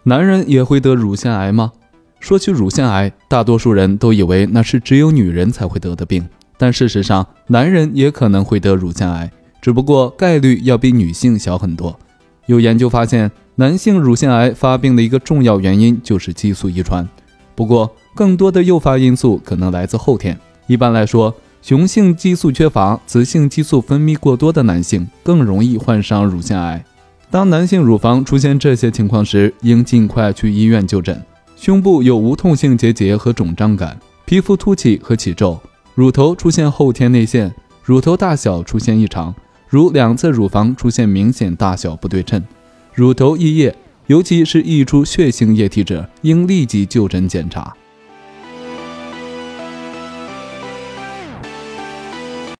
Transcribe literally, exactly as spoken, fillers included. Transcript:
男人也会得乳腺癌吗？说起乳腺癌，大多数人都以为那是只有女人才会得的病，但事实上，男人也可能会得乳腺癌，只不过概率要比女性小很多。有研究发现，男性乳腺癌发病的一个重要原因就是激素遗传，不过更多的诱发因素可能来自后天。一般来说，雄性激素缺乏、雌性激素分泌过多的男性更容易患上乳腺癌。当男性乳房出现这些情况时，应尽快去医院就诊。胸部有无痛性结节和肿胀感，皮肤凸起和起皱，乳头出现后天内陷，乳头大小出现异常，如两侧乳房出现明显大小不对称，乳头溢液，尤其是溢出血性液体者，应立即就诊检查。